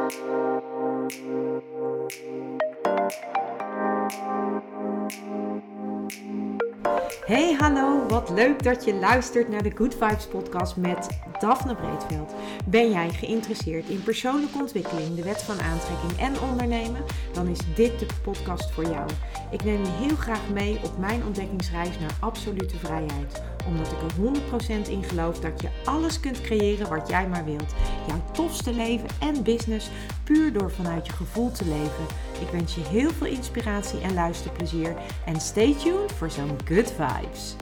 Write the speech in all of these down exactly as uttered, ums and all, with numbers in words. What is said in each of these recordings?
Hey, hallo, wat leuk dat je luistert naar de Good Vibes podcast met Daphne Breedveld. Ben jij geïnteresseerd in persoonlijke ontwikkeling, de wet van aantrekking en ondernemen? Dan is dit de podcast voor jou. Ik neem je heel graag mee op mijn ontdekkingsreis naar absolute vrijheid. Omdat ik er honderd procent in geloof dat je alles kunt creëren wat jij maar wilt. Jouw tofste leven en business puur door vanuit je gevoel te leven. Ik wens je heel veel inspiratie en luisterplezier. En stay tuned voor zo'n good vibes.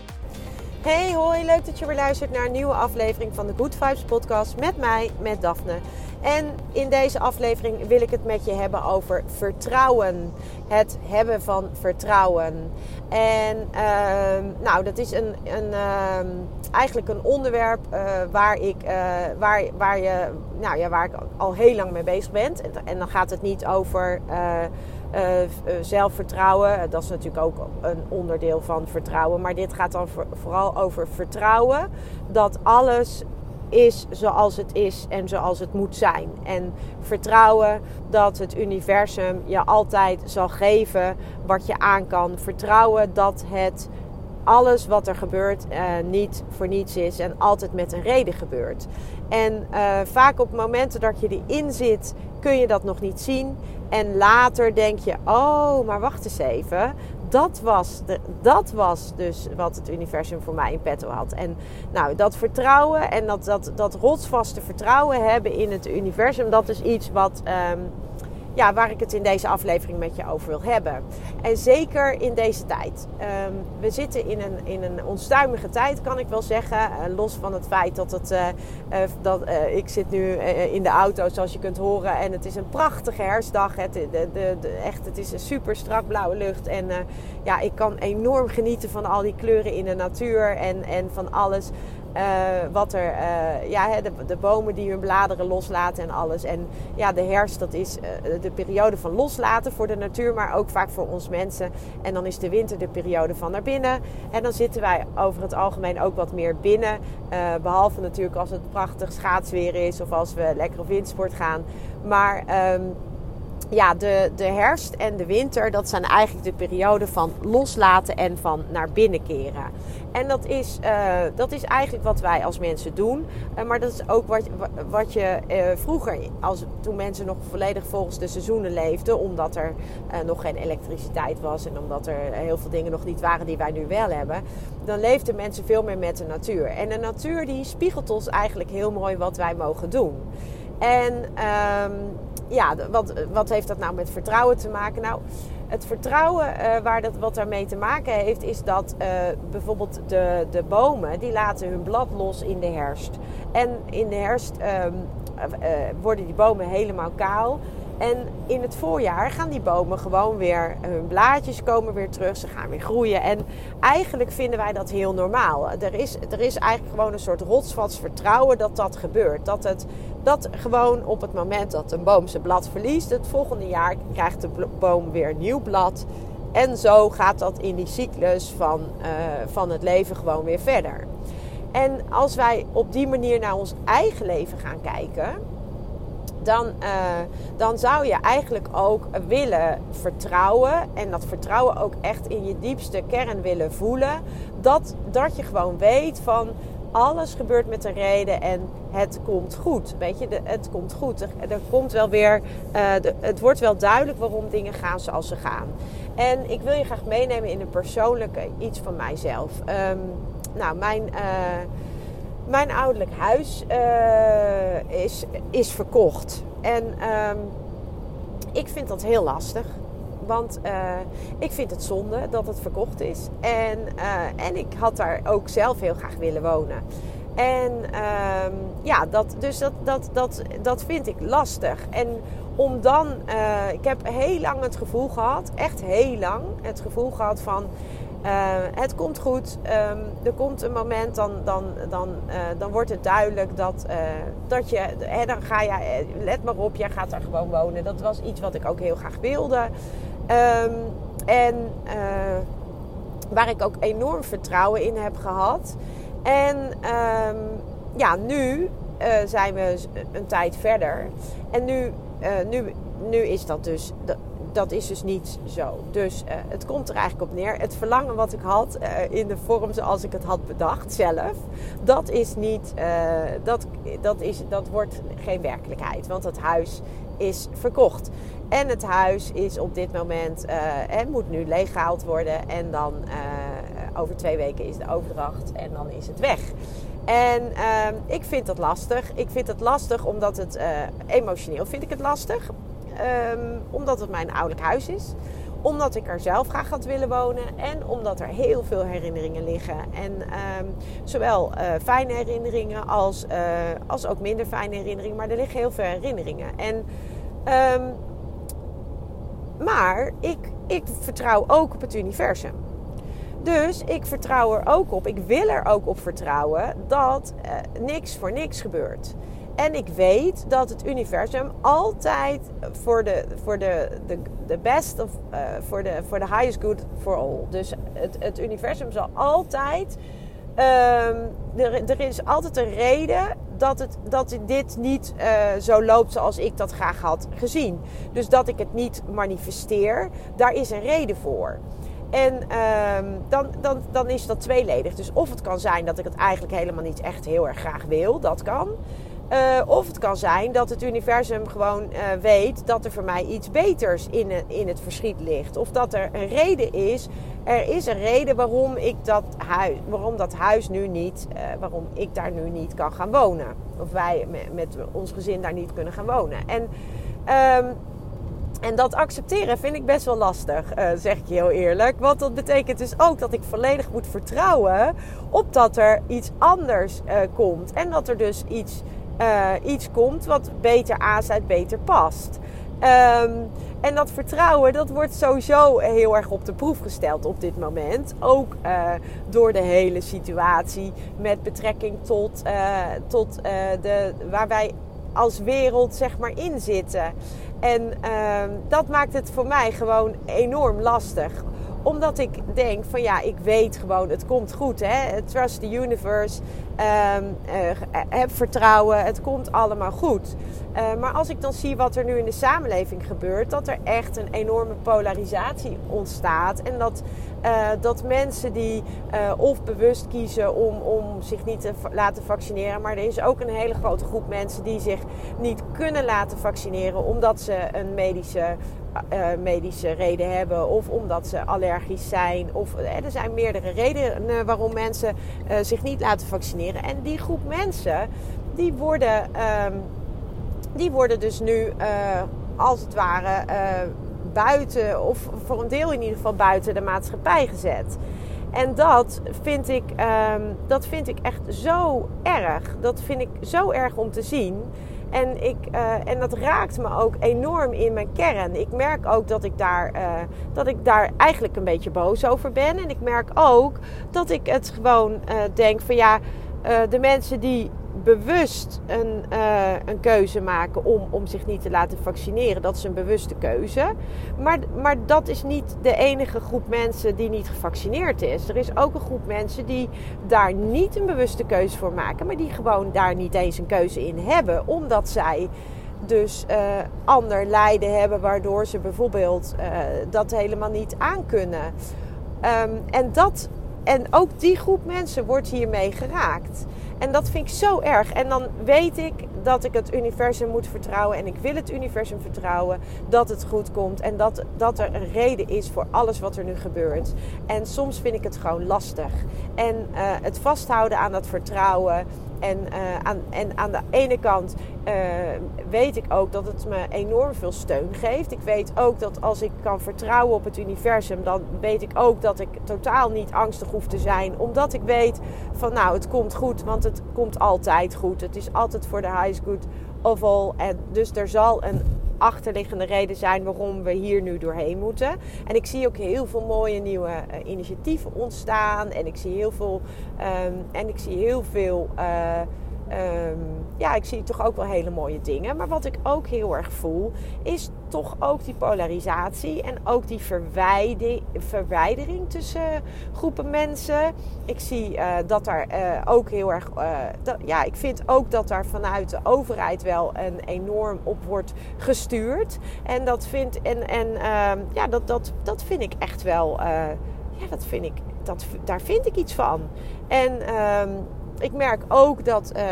Hey, hoi, leuk dat je weer luistert naar een nieuwe aflevering van de Good Vibes podcast met mij, met Daphne. En in deze aflevering wil ik het met je hebben over vertrouwen. Het hebben van vertrouwen. En uh, nou, dat is een, een, uh, eigenlijk een onderwerp uh, waar, ik, uh, waar, waar, je, nou, ja, waar ik al heel lang mee bezig ben. En, en dan gaat het niet over uh, uh, zelfvertrouwen. Dat is natuurlijk ook een onderdeel van vertrouwen. Maar dit gaat dan voor, vooral over vertrouwen dat alles is zoals het is en zoals het moet zijn. En vertrouwen dat het universum je altijd zal geven wat je aan kan. Vertrouwen dat het alles wat er gebeurt uh, niet voor niets is en altijd met een reden gebeurt. En uh, vaak op momenten dat je erin zit kun je dat nog niet zien. En later denk je, oh, maar wacht eens even. Dat was, de, dat was dus wat het universum voor mij in petto had. En nou, dat vertrouwen en dat, dat, dat rotsvaste vertrouwen hebben in het universum, dat is iets wat, um, ja, waar ik het in deze aflevering met je over wil hebben. En zeker in deze tijd. Um, we zitten in een, in een onstuimige tijd, kan ik wel zeggen. Uh, los van het feit dat het... Uh, uh, dat, uh, ik zit nu uh, in de auto, zoals je kunt horen. En het is een prachtige herfstdag. Het, de, de, de, echt, het is een super strak blauwe lucht. En uh, ja, ik kan enorm genieten van al die kleuren in de natuur. En, en van alles... Uh, wat er, uh, ja, de, de bomen die hun bladeren loslaten en alles. En ja, de herfst, dat is uh, de periode van loslaten voor de natuur, maar ook vaak voor ons mensen. En dan is de winter de periode van naar binnen. En dan zitten wij over het algemeen ook wat meer binnen. Uh, behalve natuurlijk als het prachtig schaatsweer is of als we lekker op windsport gaan. Maar... Um, Ja, de, de herfst en de winter, dat zijn eigenlijk de perioden van loslaten en van naar binnen keren. En dat is, uh, dat is eigenlijk wat wij als mensen doen. Uh, maar dat is ook wat, wat je uh, vroeger, als, toen mensen nog volledig volgens de seizoenen leefden, omdat er uh, nog geen elektriciteit was en omdat er heel veel dingen nog niet waren die wij nu wel hebben, dan leefden mensen veel meer met de natuur. En de natuur die spiegelt ons eigenlijk heel mooi wat wij mogen doen. En... Um, Ja, wat, wat heeft dat nou met vertrouwen te maken? Nou, het vertrouwen uh, waar dat, wat daarmee te maken heeft, is dat uh, bijvoorbeeld de, de bomen, die laten hun blad los in de herfst. En in de herfst um, uh, worden die bomen helemaal kaal. En in het voorjaar gaan die bomen gewoon weer, hun blaadjes komen weer terug, ze gaan weer groeien. En eigenlijk vinden wij dat heel normaal. Er is, er is eigenlijk gewoon een soort rotsvast vertrouwen dat dat gebeurt. Dat het dat gewoon op het moment dat een boom zijn blad verliest, het volgende jaar krijgt de boom weer nieuw blad. En zo gaat dat in die cyclus van, uh, van het leven gewoon weer verder. En als wij op die manier naar ons eigen leven gaan kijken, Dan, uh, dan zou je eigenlijk ook willen vertrouwen. En dat vertrouwen ook echt in je diepste kern willen voelen. Dat, dat je gewoon weet van alles gebeurt met een reden en het komt goed. Weet je, de, het komt goed. Er, er komt wel weer, uh, de, het wordt wel duidelijk waarom dingen gaan zoals ze gaan. En ik wil je graag meenemen in een persoonlijke iets van mijzelf. Um, nou, mijn... Uh, Mijn ouderlijk huis uh, is, is verkocht. En um, ik vind dat heel lastig. Want uh, ik vind het zonde dat het verkocht is. En, uh, en ik had daar ook zelf heel graag willen wonen. En um, ja, dat, dus dat, dat, dat, dat vind ik lastig. En om dan... Uh, ik heb heel lang het gevoel gehad, echt heel lang het gevoel gehad van... Uh, het komt goed. Um, er komt een moment, dan, dan, dan, uh, dan wordt het duidelijk dat, uh, dat je... Hè, dan ga je, let maar op, jij gaat daar gewoon wonen. Dat was iets wat ik ook heel graag wilde. Um, en uh, waar ik ook enorm vertrouwen in heb gehad. En um, ja, nu uh, zijn we een tijd verder. En nu, uh, nu, nu is dat dus... Dat, dat is dus niet zo. Dus uh, het komt er eigenlijk op neer. Het verlangen wat ik had uh, in de vorm zoals ik het had bedacht zelf, dat is niet, uh, dat, dat, is, dat wordt geen werkelijkheid. Want het huis is verkocht. En het huis is op dit moment, uh, en moet nu leeggehaald worden. En dan uh, over twee weken is de overdracht en dan is het weg. En uh, ik vind dat lastig. Ik vind het lastig omdat het uh, emotioneel vind ik het lastig. Um, omdat het mijn ouderlijk huis is. Omdat ik er zelf graag had willen wonen. En omdat er heel veel herinneringen liggen. En um, zowel uh, fijne herinneringen als, uh, als ook minder fijne herinneringen. Maar er liggen heel veel herinneringen. En, um, maar ik, ik vertrouw ook op het universum. Dus ik vertrouw er ook op. Ik wil er ook op vertrouwen dat uh, niks voor niks gebeurt. En ik weet dat het universum altijd voor de, voor de, de, de best of uh, voor de, voor de highest good for all. Dus het, het universum zal altijd, um, er, er is altijd een reden dat, het, dat dit niet uh, zo loopt zoals ik dat graag had gezien. Dus dat ik het niet manifesteer, daar is een reden voor. En um, dan, dan, dan is dat tweeledig. Dus of het kan zijn dat ik het eigenlijk helemaal niet echt heel erg graag wil, dat kan. Uh, of het kan zijn dat het universum gewoon uh, weet dat er voor mij iets beters in, in het verschiet ligt. Of dat er een reden is. Er is een reden waarom ik dat huis, waarom dat huis nu niet, uh, waarom ik daar nu niet kan gaan wonen. Of wij met, met ons gezin daar niet kunnen gaan wonen. En, um, en dat accepteren vind ik best wel lastig, uh, zeg ik je heel eerlijk. Want dat betekent dus ook dat ik volledig moet vertrouwen op dat er iets anders uh, komt. En dat er dus iets... Uh, iets komt wat beter aansluit, beter past. Um, en dat vertrouwen, dat wordt sowieso heel erg op de proef gesteld op dit moment. Ook uh, door de hele situatie met betrekking tot, uh, tot uh, de, waar wij als wereld zeg maar in zitten. En uh, dat maakt het voor mij gewoon enorm lastig. Omdat ik denk van ja, ik weet gewoon, het komt goed. Hè? Trust the universe. Um, uh, heb vertrouwen. Het komt allemaal goed. Uh, maar als ik dan zie wat er nu in de samenleving gebeurt. Dat er echt een enorme polarisatie ontstaat. En dat, uh, dat mensen die uh, of bewust kiezen om, om zich niet te laten vaccineren. Maar er is ook een hele grote groep mensen die zich niet kunnen laten vaccineren. Omdat ze een medische... Uh, medische reden hebben of omdat ze allergisch zijn. Of, uh, er zijn meerdere redenen waarom mensen uh, zich niet laten vaccineren. En die groep mensen, die worden, uh, die worden dus nu uh, als het ware uh, buiten, of voor een deel in ieder geval buiten de maatschappij gezet. En dat vind ik, um, dat vind ik echt zo erg. Dat vind ik zo erg om te zien. En, ik, uh, en dat raakt me ook enorm in mijn kern. Ik merk ook dat ik, daar, uh, dat ik daar eigenlijk een beetje boos over ben. En ik merk ook dat ik het gewoon uh, denk van ja, uh, de mensen die bewust een, uh, een keuze maken om, om zich niet te laten vaccineren. Dat is een bewuste keuze. Maar, maar dat is niet de enige groep mensen die niet gevaccineerd is. Er is ook een groep mensen die daar niet een bewuste keuze voor maken. Maar die gewoon daar niet eens een keuze in hebben. Omdat zij dus uh, ander lijden hebben. Waardoor ze bijvoorbeeld uh, dat helemaal niet aankunnen. Um, en, dat, en ook die groep mensen wordt hiermee geraakt. En dat vind ik zo erg. En dan weet ik dat ik het universum moet vertrouwen. En ik wil het universum vertrouwen dat het goed komt. En dat, dat er een reden is voor alles wat er nu gebeurt. En soms vind ik het gewoon lastig. En uh, het vasthouden aan dat vertrouwen. En, uh, aan, en aan de ene kant uh, weet ik ook dat het me enorm veel steun geeft. Ik weet ook dat als ik kan vertrouwen op het universum, dan weet ik ook dat ik totaal niet angstig hoef te zijn. Omdat ik weet van nou, het komt goed, want het komt altijd goed. Het is altijd voor de highest good of all. En dus er zal een achterliggende reden zijn waarom we hier nu doorheen moeten. En ik zie ook heel veel mooie nieuwe uh, initiatieven ontstaan. En ik zie heel veel, um, en ik zie heel veel uh, Um, ja, ik zie toch ook wel hele mooie dingen. Maar wat ik ook heel erg voel, is toch ook die polarisatie. En ook die verwijde- verwijdering tussen groepen mensen. Ik zie uh, dat daar uh, ook heel erg... Uh, dat, ja, ik vind ook dat daar vanuit de overheid wel een enorm op wordt gestuurd. En dat vind, en, en, uh, ja, dat, dat, dat vind ik echt wel... Uh, ja, dat vind ik, dat, daar vind ik iets van. En uh, ik merk ook dat... Uh,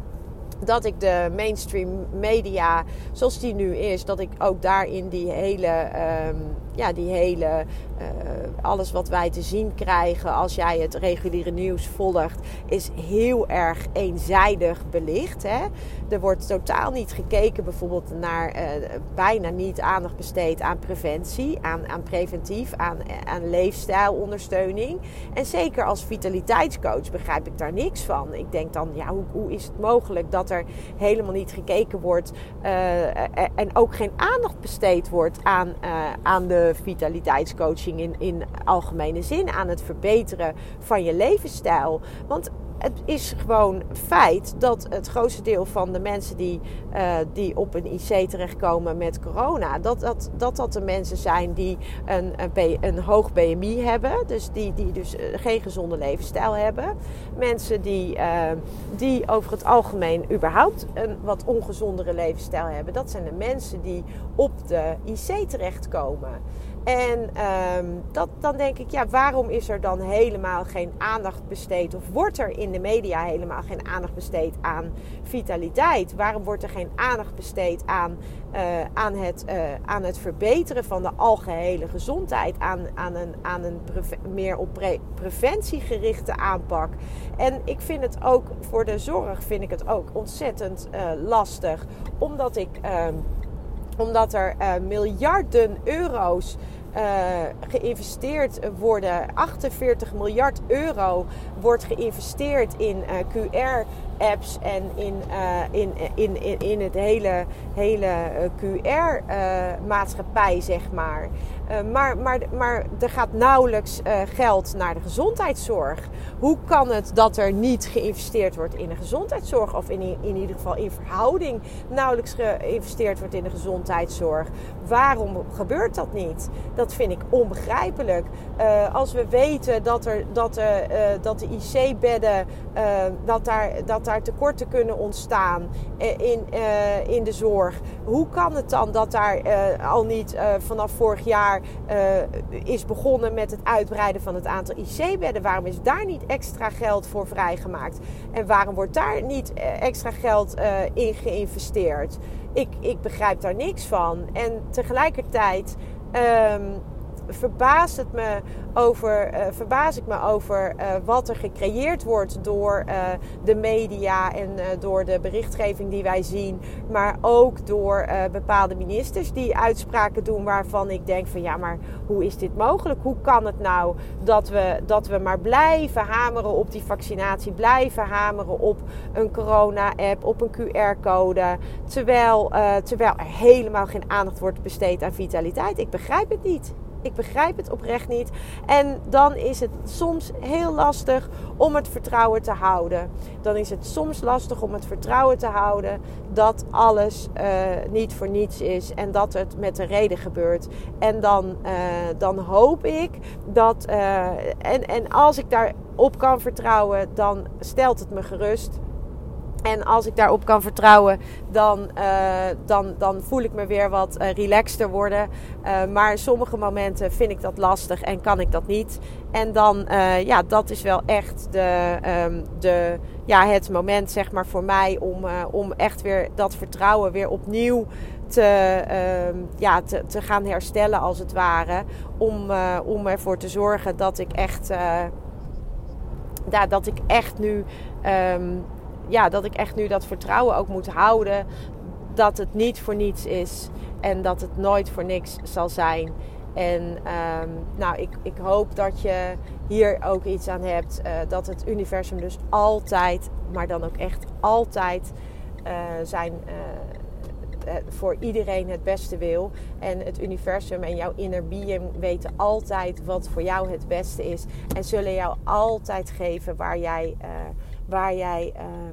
dat ik de mainstream media, zoals die nu is, dat ik ook daarin die hele, um, ja, die hele, uh, alles wat wij te zien krijgen als jij het reguliere nieuws volgt, is heel erg eenzijdig belicht. Hè? Er wordt totaal niet gekeken bijvoorbeeld naar, uh, bijna niet aandacht besteed aan preventie, aan, aan preventief, aan, aan leefstijlondersteuning. En zeker als vitaliteitscoach begrijp ik daar niks van. Ik denk dan, ja, hoe, hoe is het mogelijk dat er helemaal niet gekeken wordt uh, en ook geen aandacht besteed wordt aan, uh, aan de vitaliteitscoaching in, in algemene zin, aan het verbeteren van je levensstijl. Want het is gewoon feit dat het grootste deel van de mensen die, uh, die op een I C terechtkomen met corona, dat dat, dat, dat de mensen zijn die een, een, een hoog B M I hebben. Dus die, die dus geen gezonde levensstijl hebben. Mensen die, uh, die over het algemeen überhaupt een wat ongezondere levensstijl hebben. Dat zijn de mensen die op de I C terechtkomen. En um, dat, dan denk ik, ja, waarom is er dan helemaal geen aandacht besteed? Of wordt er in de media helemaal geen aandacht besteed aan vitaliteit? Waarom wordt er geen aandacht besteed aan, uh, aan, het, uh, aan het verbeteren van de algehele gezondheid? Aan, aan een, aan een preve- meer op pre- preventie gerichte aanpak? En ik vind het ook, voor de zorg vind ik het ook ontzettend uh, lastig. Omdat ik... Uh, Omdat er uh, miljarden euro's uh, geïnvesteerd worden. achtenveertig miljard euro wordt geïnvesteerd in uh, Q R-apps en in, uh, in, in, in, in het hele, hele uh, Q R-maatschappij, uh, zeg maar. Uh, maar, maar. Maar er gaat nauwelijks uh, geld naar de gezondheidszorg. Hoe kan het dat er niet geïnvesteerd wordt in de gezondheidszorg? Of in, in ieder geval in verhouding nauwelijks geïnvesteerd wordt in de gezondheidszorg? Waarom gebeurt dat niet? Dat vind ik onbegrijpelijk. Uh, als we weten dat, er, dat, uh, dat de I C-bedden, uh, dat, daar, dat daar tekorten kunnen ontstaan in, uh, in de zorg. Hoe kan het dan dat daar uh, al niet uh, vanaf vorig jaar Uh, is begonnen met het uitbreiden van het aantal I C-bedden? Waarom is daar niet extra geld voor vrijgemaakt? En waarom wordt daar niet extra geld uh, in geïnvesteerd? Ik, ik begrijp daar niks van. En tegelijkertijd um, verbaast het me over, uh, verbaas ik me over uh, wat er gecreëerd wordt door uh, de media en uh, door de berichtgeving die wij zien, maar ook door uh, bepaalde ministers die uitspraken doen waarvan ik denk van ja, maar hoe is dit mogelijk? Hoe kan het nou dat we, dat we maar blijven hameren op die vaccinatie, blijven hameren op een corona-app, op een Q R-code, terwijl, uh, terwijl er helemaal geen aandacht wordt besteed aan vitaliteit? Ik begrijp het niet. Ik begrijp het oprecht niet. En dan is het soms heel lastig om het vertrouwen te houden. Dan is het soms lastig om het vertrouwen te houden dat alles uh, niet voor niets is. En dat het met een reden gebeurt. En dan, uh, dan hoop ik dat... Uh, en, en als ik daarop kan vertrouwen, dan stelt het me gerust. En als ik daarop kan vertrouwen, dan, uh, dan, dan voel ik me weer wat uh, relaxter worden. Uh, maar sommige momenten vind ik dat lastig en kan ik dat niet. En dan, uh, ja, dat is wel echt de, um, de, ja, het moment, zeg maar, voor mij om, uh, om echt weer dat vertrouwen weer opnieuw te, uh, ja, te, te gaan herstellen, als het ware. Om, uh, om ervoor te zorgen dat ik echt, uh, ja, dat ik echt nu... Um, Ja, dat ik echt nu dat vertrouwen ook moet houden. Dat het niet voor niets is. En dat het nooit voor niks zal zijn. En um, nou, ik, ik hoop dat je hier ook iets aan hebt. Uh, dat het universum dus altijd, maar dan ook echt altijd uh, zijn... Uh, voor iedereen het beste wil. En het universum en jouw inner being weten altijd wat voor jou het beste is. En zullen jou altijd geven waar jij... Uh, Waar jij, um,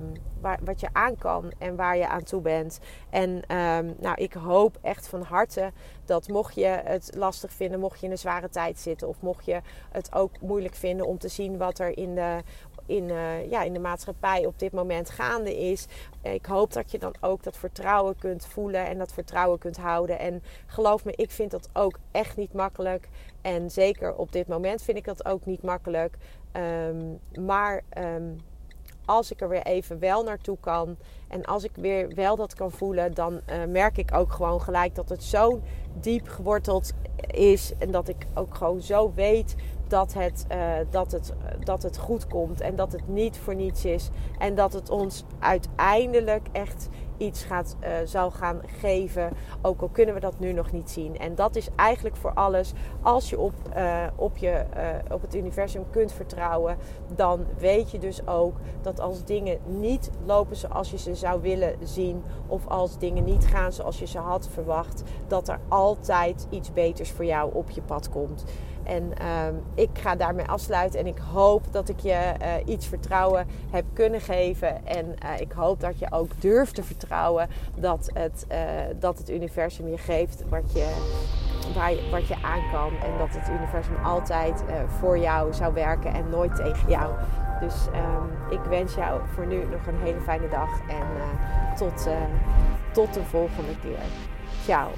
waar, wat je aan kan en waar je aan toe bent. En um, nou, ik hoop echt van harte dat mocht je het lastig vinden, mocht je in een zware tijd zitten, of mocht je het ook moeilijk vinden om te zien wat er in de, in, uh, ja, in de maatschappij op dit moment gaande is. Ik hoop dat je dan ook dat vertrouwen kunt voelen en dat vertrouwen kunt houden. En geloof me, ik vind dat ook echt niet makkelijk. En zeker op dit moment vind ik dat ook niet makkelijk. Um, maar um, als ik er weer even wel naartoe kan en als ik weer wel dat kan voelen, dan uh, merk ik ook gewoon gelijk dat het zo diep geworteld is. En dat ik ook gewoon zo weet dat het, uh, dat het, dat het goed komt en dat het niet voor niets is. En dat het ons uiteindelijk echt iets gaat, uh, zal gaan geven. Ook al kunnen we dat nu nog niet zien. En dat is eigenlijk voor alles. Als je op, uh, op, je, uh, op het universum kunt vertrouwen, dan weet je dus ook dat als dingen niet lopen zoals je ze zou willen zien, of als dingen niet gaan zoals je ze had verwacht, dat er altijd iets beters voor jou op je pad komt. En um, ik ga daarmee afsluiten en ik hoop dat ik je uh, iets vertrouwen heb kunnen geven. En uh, ik hoop dat je ook durft te vertrouwen dat het, uh, dat het universum je geeft wat je, waar je, wat je aan kan. En dat het universum altijd uh, voor jou zou werken en nooit tegen jou. Dus um, ik wens jou voor nu nog een hele fijne dag. En uh, tot, uh, tot de volgende keer. Ciao.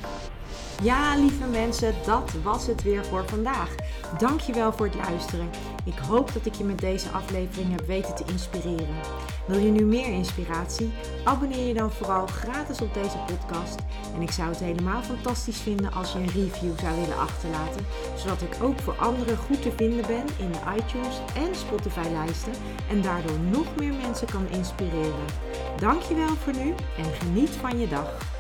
Ja, lieve mensen, dat was het weer voor vandaag. Dankjewel voor het luisteren. Ik hoop dat ik je met deze aflevering heb weten te inspireren. Wil je nu meer inspiratie? Abonneer je dan vooral gratis op deze podcast. En ik zou het helemaal fantastisch vinden als je een review zou willen achterlaten, zodat ik ook voor anderen goed te vinden ben in de iTunes en Spotify lijsten en daardoor nog meer mensen kan inspireren. Dankjewel voor nu en geniet van je dag.